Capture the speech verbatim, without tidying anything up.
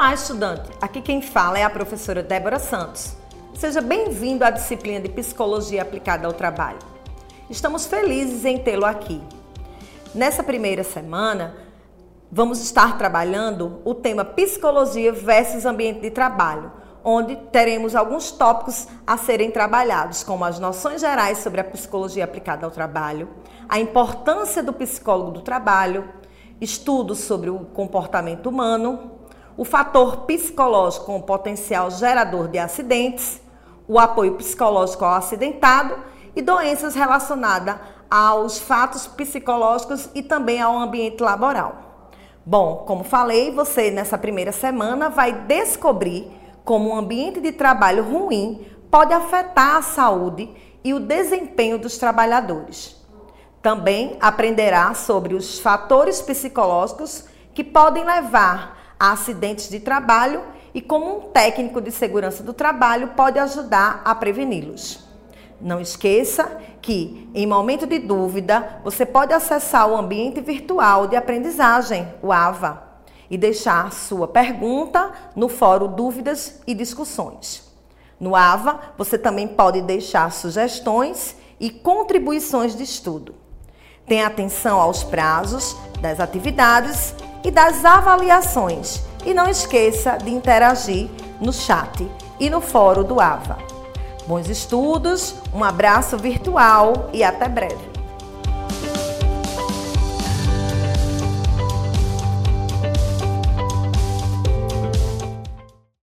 Olá, estudante! Aqui quem fala é a professora Débora Santos. Seja bem-vindo à disciplina de Psicologia Aplicada ao Trabalho. Estamos felizes em tê-lo aqui. Nessa primeira semana, vamos estar trabalhando o tema Psicologia versus Ambiente de Trabalho, onde teremos alguns tópicos a serem trabalhados, como as noções gerais sobre a psicologia aplicada ao trabalho, a importância do psicólogo do trabalho, estudos sobre o comportamento humano, o fator psicológico com o potencial gerador de acidentes, o apoio psicológico ao acidentado e doenças relacionadas aos fatos psicológicos e também ao ambiente laboral. Bom, como falei, você nessa primeira semana vai descobrir como um ambiente de trabalho ruim pode afetar a saúde e o desempenho dos trabalhadores. Também aprenderá sobre os fatores psicológicos que podem levar a acidentes de trabalho e como um técnico de segurança do trabalho pode ajudar a preveni-los. Não esqueça que, em momento de dúvida, você pode acessar o ambiente virtual de aprendizagem, o A V A, e deixar sua pergunta no fórum Dúvidas e Discussões. No A V A, você também pode deixar sugestões e contribuições de estudo. Tenha atenção aos prazos das atividades e das avaliações e não esqueça de interagir no chat e no fórum do A V A. Bons estudos, um abraço virtual e até breve!